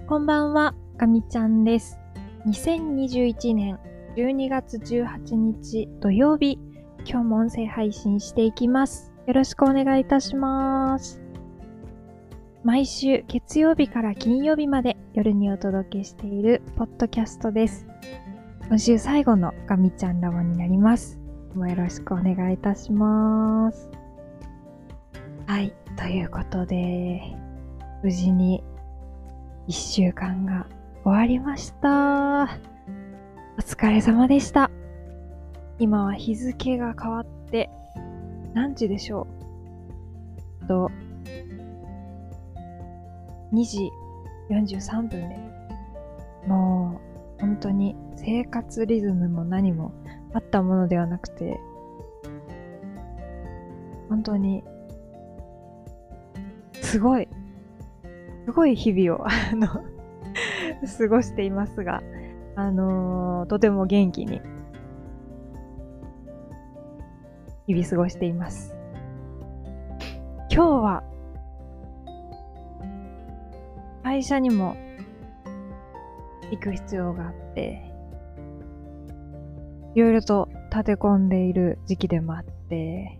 こんばんは、かみちゃんです。2021年12月18日土曜日、今日も音声配信していきます。よろしくお願いいたします。毎週月曜日から金曜日まで夜にお届けしているポッドキャストです。今週最後のかみちゃんラボになります。もうよろしくお願いいたします。はい、ということで、無事に1週間が終わりました。お疲れ様でした。今は日付が変わって何時でしょう2時43分で、もう本当に生活リズムも何もあったものではなくて、本当にすごい日々を過ごしていますが、とても元気に日々過ごしています。今日は会社にも行く必要があって、いろいろと立て込んでいる時期でもあって、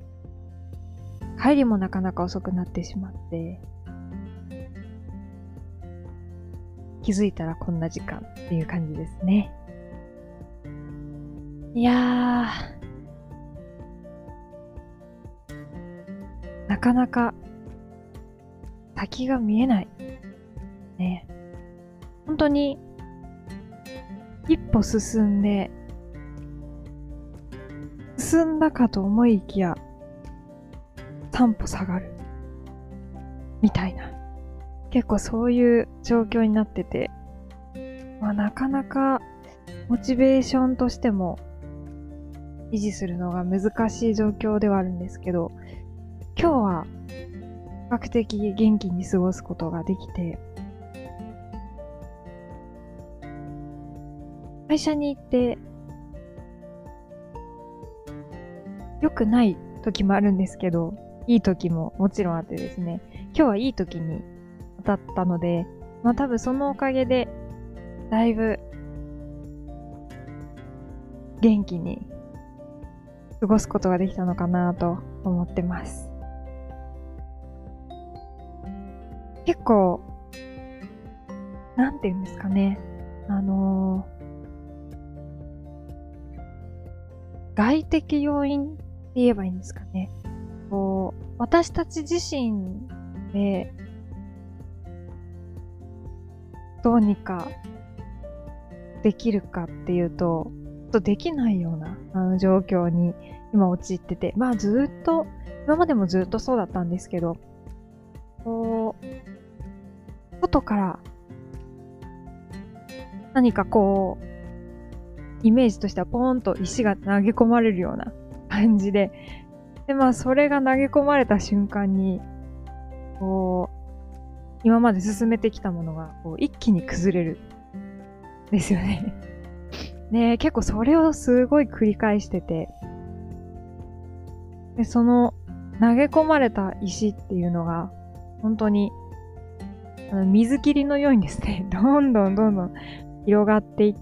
帰りもなかなか遅くなってしまって、気づいたらこんな時間っていう感じですね。いやー、なかなか先が見えないね。本当に一歩進んだかと思いきや3歩下がるみたいな、結構そういう状況になってて、なかなかモチベーションとしても維持するのが難しい状況ではあるんですけど、今日は比較的元気に過ごすことができて、会社に行って良くない時もあるんですけど、いい時ももちろんあってですね、今日はいい時に当たったので、多分そのおかげでだいぶ元気に過ごすことができたのかなと思ってます。結構なんて言うんですかね、外的要因って言えばいいんですかね。私たち自身でどうにかできるかっていうと、できないような状況に今陥ってて、今までもずっとそうだったんですけど、外から何かイメージとしてはポーンと石が投げ込まれるような感じで、それが投げ込まれた瞬間に、今まで進めてきたものが一気に崩れるんですよね。ね、結構それをすごい繰り返してて、で、その投げ込まれた石っていうのが本当に水切りのようにですね、どんどん広がっていって、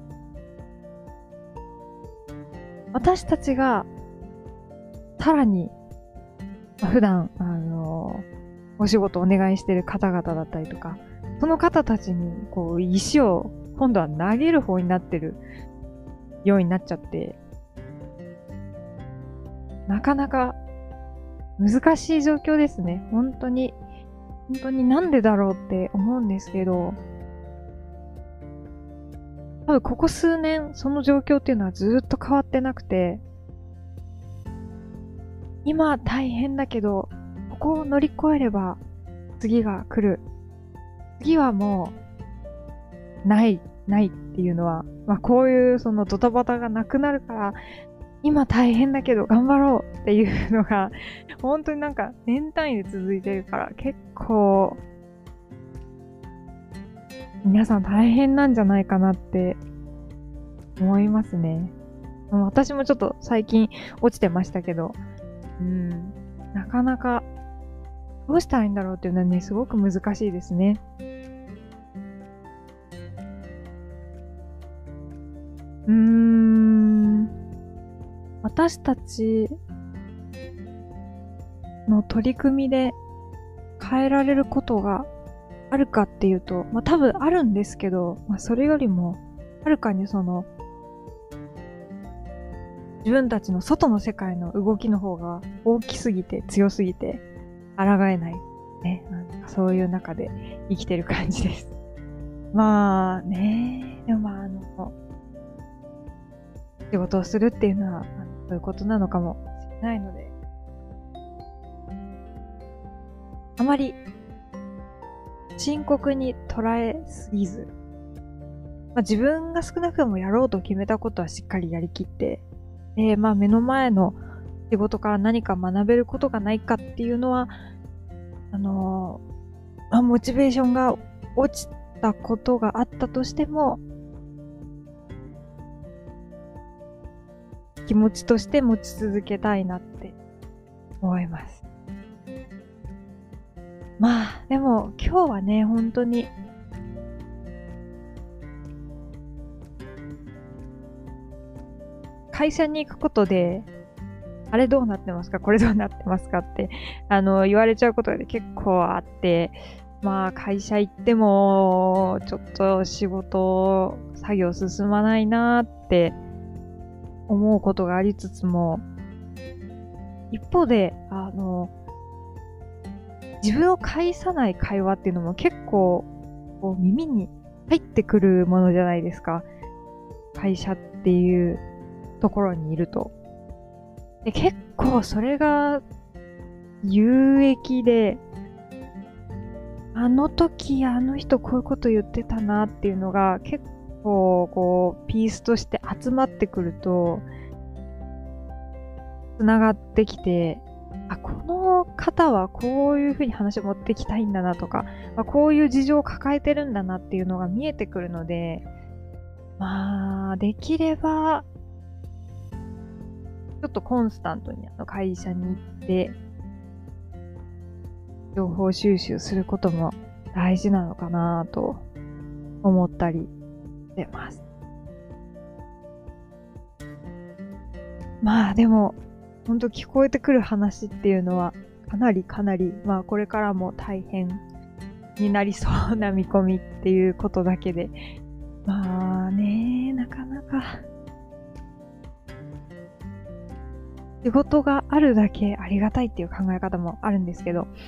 私たちがさらに普段お仕事お願いしている方々だったりとか、その方たちに石を今度は投げる方になってるようになっちゃって、なかなか難しい状況ですね。本当になんでだろうって思うんですけど、多分ここ数年その状況っていうのはずっと変わってなくて、今大変だけど、ここを乗り越えれば次が来る。次はもうないっていうのは、こういうそのドタバタがなくなるから、今大変だけど頑張ろうっていうのが本当に年単位で続いてるから、結構皆さん大変なんじゃないかなって思いますね。私もちょっと最近落ちてましたけど、なかなかどうしたらいいんだろうっていうのはね、すごく難しいですね。 私たちの取り組みで変えられることがあるかっていうと、多分あるんですけど、それよりも、はるかに自分たちの外の世界の動きの方が大きすぎて強すぎて、抗えない。ね。なんかそういう中で生きてる感じです。まあね、でも仕事をするっていうのは、そういうことなのかもしれないので、あまり深刻に捉えすぎず、自分が少なくともやろうと決めたことはしっかりやりきって、目の前の仕事から何か学べることがないかっていうのは、モチベーションが落ちたことがあったとしても、気持ちとして持ち続けたいなって思います。でも今日はね、本当に会社に行くことで、あれどうなってますか、これどうなってますかって言われちゃうことで結構あって、会社行ってもちょっと仕事作業進まないなって思うことがありつつも、一方で自分を介さない会話っていうのも結構こう耳に入ってくるものじゃないですか。会社っていうところにいると。で、結構それが有益で、あの時あの人こういうこと言ってたなっていうのが結構こうピースとして集まってくると繋がってきて、この方はこういうふうに話を持ってきたいんだなとか、こういう事情を抱えてるんだなっていうのが見えてくるので、できればちょっとコンスタントに会社に行って情報収集することも大事なのかなと思ったりしてます。でも本当聞こえてくる話っていうのはかなりこれからも大変になりそうな見込みっていうことだけで、なかなか仕事があるだけありがたいっていう考え方もあるんですけど、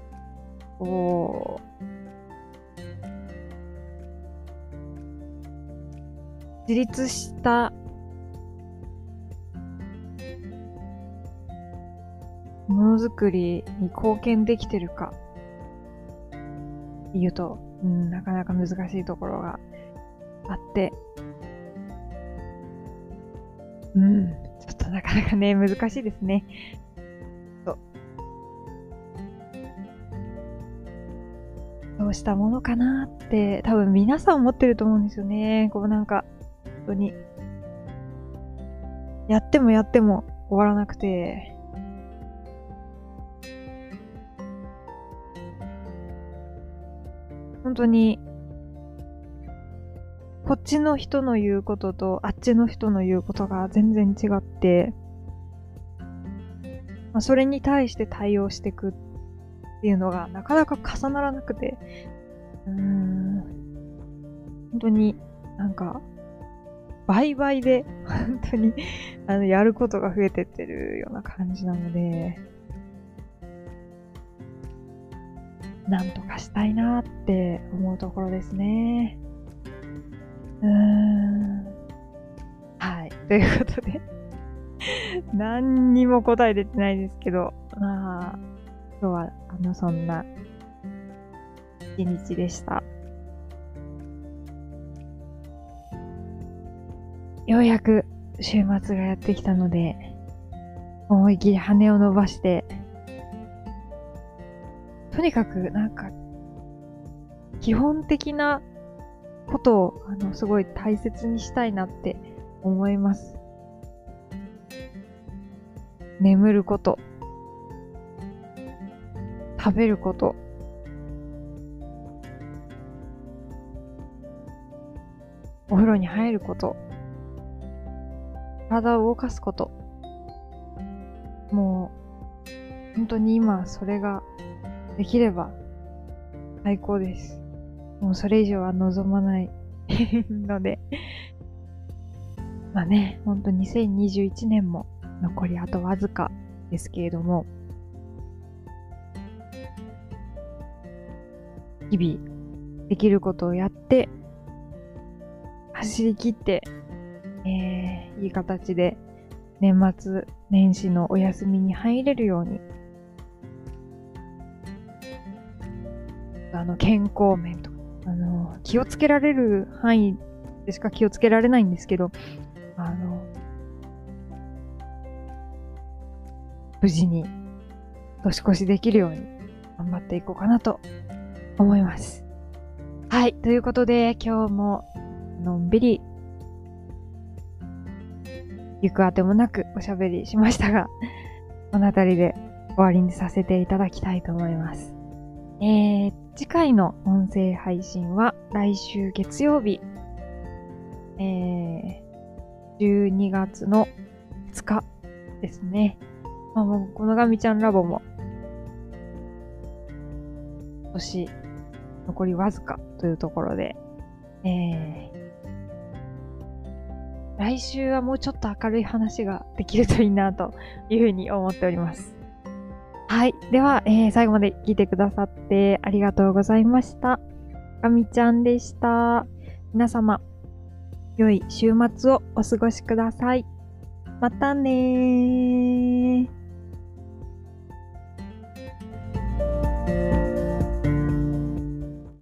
自立したものづくりに貢献できてるかっていうと、なかなか難しいところがあって、ちょっとなかなかね、難しいですね。どうしたものかなって多分皆さん思ってると思うんですよね。本当にやっても終わらなくて、本当にこっちの人の言うこととあっちの人の言うことが全然違って、それに対して対応していくっていうのがなかなか重ならなくて、本当に倍々で本当にやることが増えてってるような感じなので、なんとかしたいなって思うところですね。はい。ということで何にも答え出てないですけど、今日はそんな一日でした。ようやく週末がやってきたので、思い切り羽を伸ばして、とにかく基本的なことをすごい大切にしたいなって思います。眠ること、食べること、お風呂に入ること、体を動かすこと、 もう、本当に今それができれば最高です。もうそれ以上は望まないので、まあね、ほんと2021年も残りあとわずかですけれども、日々できることをやって、走り切って、いい形で年末年始のお休みに入れるように、健康面とか、気をつけられる範囲でしか気をつけられないんですけど、無事に年越しできるように頑張っていこうかなと思います。はい。ということで、今日ものんびり行くあてもなくおしゃべりしましたが、この辺りで終わりにさせていただきたいと思います。次回の音声配信は来週月曜日、12月の2日ですね。もうこのガミちゃんラボも今年残りわずかというところで、来週はもうちょっと明るい話ができるといいなというふうに思っております。はい。では、最後まで聞いてくださってありがとうございました。ガミちゃんでした。皆様、良い週末をお過ごしください。またねー。